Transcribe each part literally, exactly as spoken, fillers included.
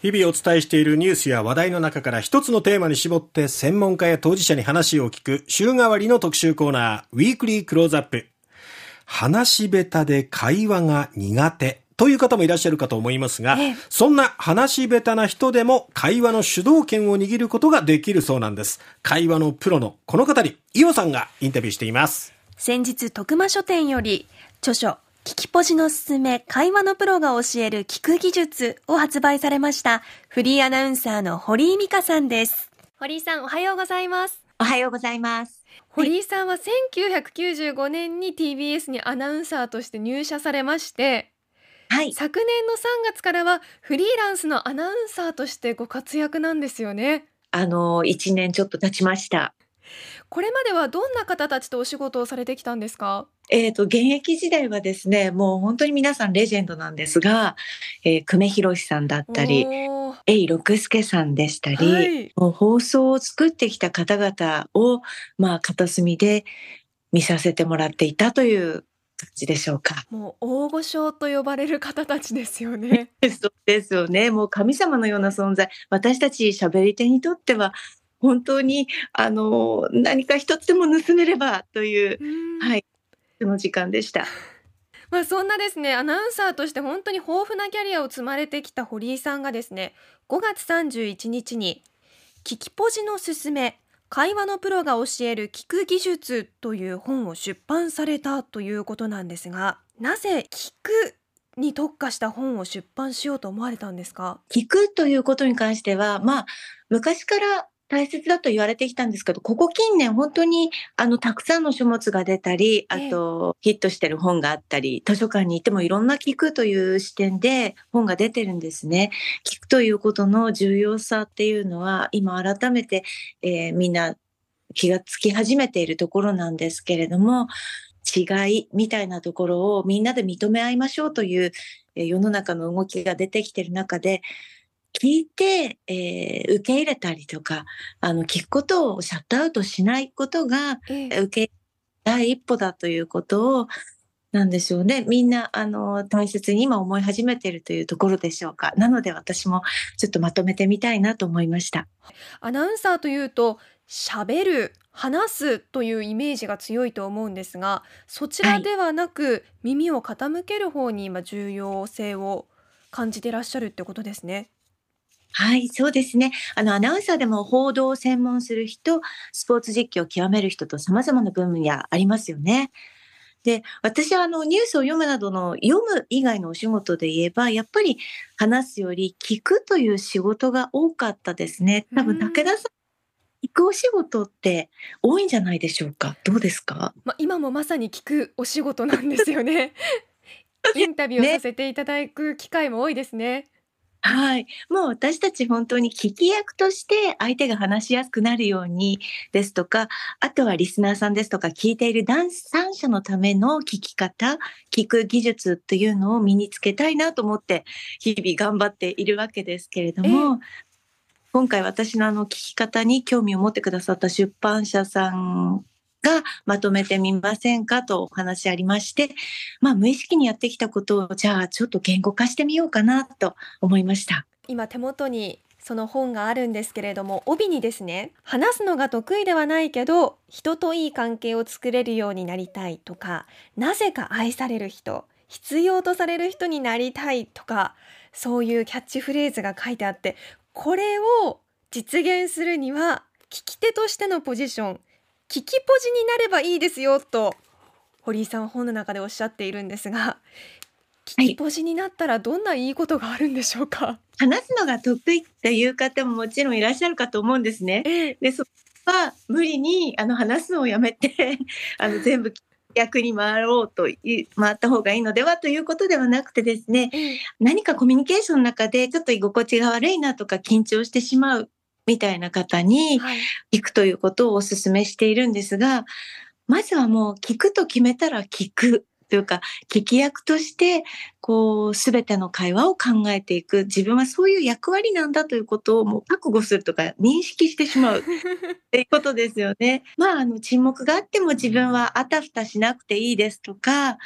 日々お伝えしているニュースや話題の中から一つのテーマに絞って専門家や当事者に話を聞く週替わりの特集コーナー、ウィークリークローズアップ。話し下手で会話が苦手という方もいらっしゃるかと思いますが、ええ、そんな話し下手な人でも会話の主導権を握ることができるそうなんです。会話のプロのこの方に伊代さんがインタビューしています。 先日徳間書店より著書聞きポジのすすめ会話のプロが教える聞く技術を発売されましたフリーアナウンサーの堀井美香さんです。堀井さん、おはようございます。 おはようございます。 堀井さんはせんきゅうひゃくきゅうじゅうごねんに ティービーエス にアナウンサーとして入社されまして、はい、昨年のさんがつからはフリーランスのアナウンサーとしてご活躍なんですよね。 あのいちねんちょっと経ちました。 これまではどんな方たちとお仕事をされてきたんですか？ えーと、現役時代はですね、もう本当に皆さんレジェンドなんですが、えー、久米宏さんだったり、永井六輔さんでしたり、はい、もう放送を作ってきた方々を、まあ、片隅で見させてもらっていたという感じでしょうか。 もう大御所と呼ばれる方たちですよね。 そうですよね。もう神様のような存在。私たち喋り手にとっては本当にあの何か一つでも盗めればという、はい、その時間でした。 まあそんなですね、アナウンサーとして本当に豊富なキャリアを積まれてきた堀井さんがですね、ごがつさんじゅういちにちに聞きポジのすすめ会話のプロが教える聞く技術という本を出版されたということなんですが、なぜ聞くに特化した本を出版しようと思われたんですか？ 聞くということに関しては、まあ昔から大切だと言われてきたんですけど、ここ近年本当にあのたくさんの書物が出たり、あとヒットしてる本があったり、図書館に行ってもいろんな聞くという視点で本が出てるんですね。聞くということの重要さっていうのは今改めて、えー、みんな気がつき始めているところなんですけれども、違いみたいなところをみんなで認め合いましょうという世の中の動きが出てきている中で、聞いて、えー、受け入れたりとか、あの聞くことをシャットアウトしないことが、ええ、受け第一歩だということをなんでしょうね。みんなあの大切に今思い始めているというところでしょうか。なので私もちょっとまとめてみたいなと思いました。 アナウンサーというと喋る、話すというイメージが強いと思うんですが、そちらではなく、はい、耳を傾ける方に今重要性を感じていらっしゃるってことですね。 はい、そうですね。あの、アナウンサーでも報道を専門する人、スポーツ実況を極める人と様々な分野ありますよね。で、私はあの、ニュースを読むなどの読む以外のお仕事で言えば、やっぱり話すより聞くという仕事が多かったですね。多分、武田さん、聞くお仕事って多いんじゃないでしょうか。どうですか？ まあ、今もまさに聞くお仕事なんですよね。インタビューをさせていただく機会も多いですね。 はい。もう私たち本当に聞き役として相手が話しやすくなるようにですとか、あとはリスナーさんですとか聞いている第三者のための聞き方、聞く技術っていうのを身につけたいなと思って日々頑張っているわけですけれども、今回私のあの聞き方に興味を持ってくださった出版社さんがまとめてみませんかとお話ありまして、まあ無意識にやってきたことをじゃあちょっと言語化してみようかなと思いました。 今手元にその本があるんですけれども、帯にですね、話すのが得意ではないけど人といい関係を作れるようになりたいとか、なぜか愛される人、必要とされる人になりたいとか、そういうキャッチフレーズが書いてあって、これを実現するには聞き手としてのポジション、聞きポジになればいいですよと堀井さんは本の中でおっしゃっているんですが、聞きポジになったらどんないいことがあるんでしょうか？はい、 話すのが得意っていう方ももちろんいらっしゃるかと思うんですね。ええ、でそこは無理にあの話すのをやめてあの全部逆に回ろうと回った方がいいのではということではなくてですね、ええ、何かコミュニケーションの中でちょっと居心地が悪いなとか緊張してしまうみたいな方に聞くということをお勧めしているんですが、まずはもう聞くと決めたら聞くというか、聞き役としてこう全ての会話を考えていく、自分はそういう役割なんだということをもう覚悟するとか認識してしまうっていうことですよね。まああの沈黙があっても自分はあたふたしなくていいですとか、あ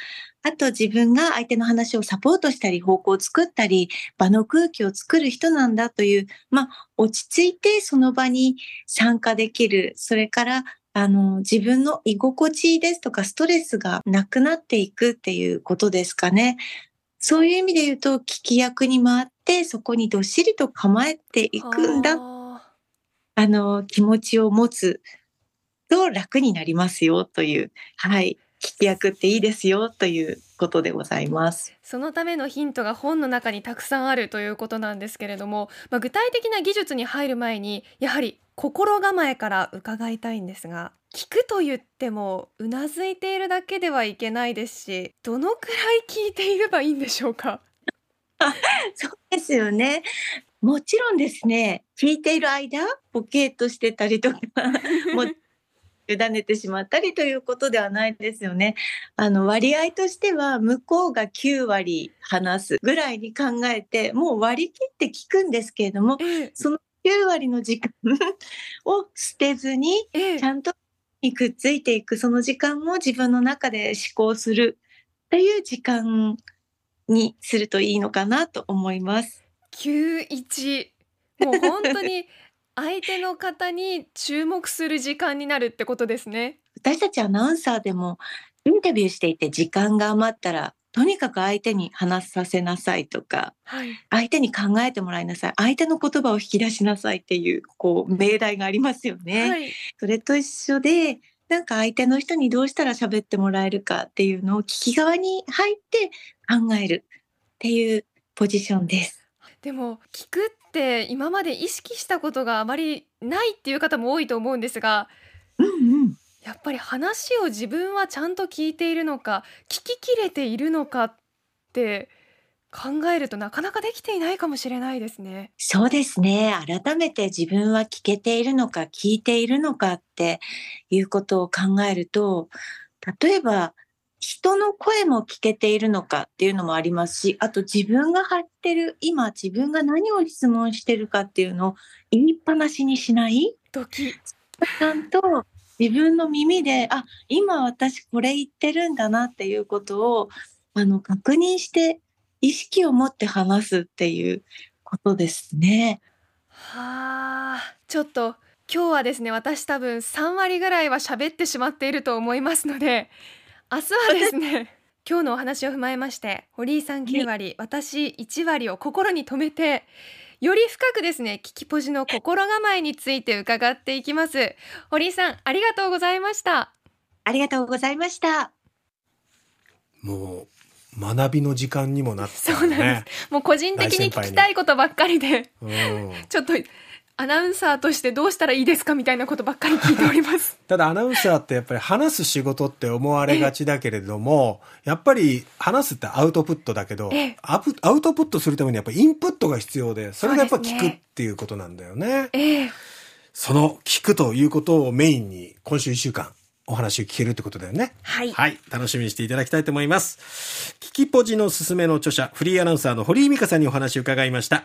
あと自分が相手の話をサポートしたり、方向を作ったり、場の空気を作る人なんだという、まあ、落ち着いてその場に参加できる。それから、あの、自分の居心地ですとか、ストレスがなくなっていくっていうことですかね。そういう意味で言うと、聞き役に回って、そこにどっしりと構えていくんだ。 ああの、気持ちを持つと楽になりますよという、はい。聞き役っていいですよということでございます。 そのためのヒントが本の中にたくさんあるということなんですけれども、まあ、具体的な技術に入る前にやはり心構えから伺いたいんですが、聞くと言ってもうなずいているだけではいけないですし、どのくらい聞いていればいいんでしょうか？ そうですよね。もちろんですね、聞いている間、ボケーっとしてたりとか、もう委ねてしまったりということではないですよね。あの、割合としては、向こうがきゅうわり話すぐらいに考えて、もう割り切って聞くんですけれども、 ええそのきゅうわりの時間を捨てずに、 ええちゃんとにくっついていく、その時間も自分の中で思考するっていう時間にするといいのかなと思います。 きゅういち、もう本当に相手の方に注目する時間になるってことですね。 私たちアナウンサーでもインタビューしていて時間が余ったら、とにかく相手に話させなさいとか、 はい相手に考えてもらいなさい、相手の言葉を引き出しなさいっていう、こう、命題がありますよね。 はい。 それと一緒で、なんか相手の人にどうしたら喋ってもらえるかっていうのを聞き側に入って考えるっていうポジションです。 でも聞くって今まで意識したことがあまりないっていう方も多いと思うんですが、 うんうん。 やっぱり話を自分はちゃんと聞いているのか、聞ききれているのかって考えるとなかなかできていないかもしれないですね。 そうですね。改めて自分は聞けているのか、聞いているのかっていうことを考えると、例えば、人の声も聞けているのかっていうのもありますし、あと自分が発してる、今自分が何を質問してるかっていうのを言いっぱなしにしない。 ドキ。 ちゃんと自分の耳で、あ、今私これ言ってるんだなっていうことを、あの、確認して意識を持って話すっていうことですね。 はあ、ちょっと今日はですね、私多分さんわりぐらいは喋ってしまっていると思いますので、明日はですね、今日のお話を踏まえまして、堀井さんきゅうわり、私いちわりを心に留めて、より深くですね、聞きポジの心構えについて伺っていきます。堀井さん、ありがとうございました。 ありがとうございました。 もう学びの時間にもなったそうなんよね。 です。もう個人的に聞きたいことばっかりで、 うんちょっとアナウンサーとしてどうしたらいいですかみたいなことばっかり聞いております。 ただアナウンサーってやっぱり話す仕事って思われがちだけれども、やっぱり話すってアウトプットだけど、 ええアプアウトプットするためにやっぱりインプットが必要で、それがやっぱ聞くそうですねっていうことなんだよね。 ええ、 その聞くということをメインに今週いっしゅうかんお話を聞けるってことだよね。 はいはい。楽しみにしていただきたいと思います。聞きポジのすすめの著者、フリーアナウンサーの堀井美香さんにお話を伺いました。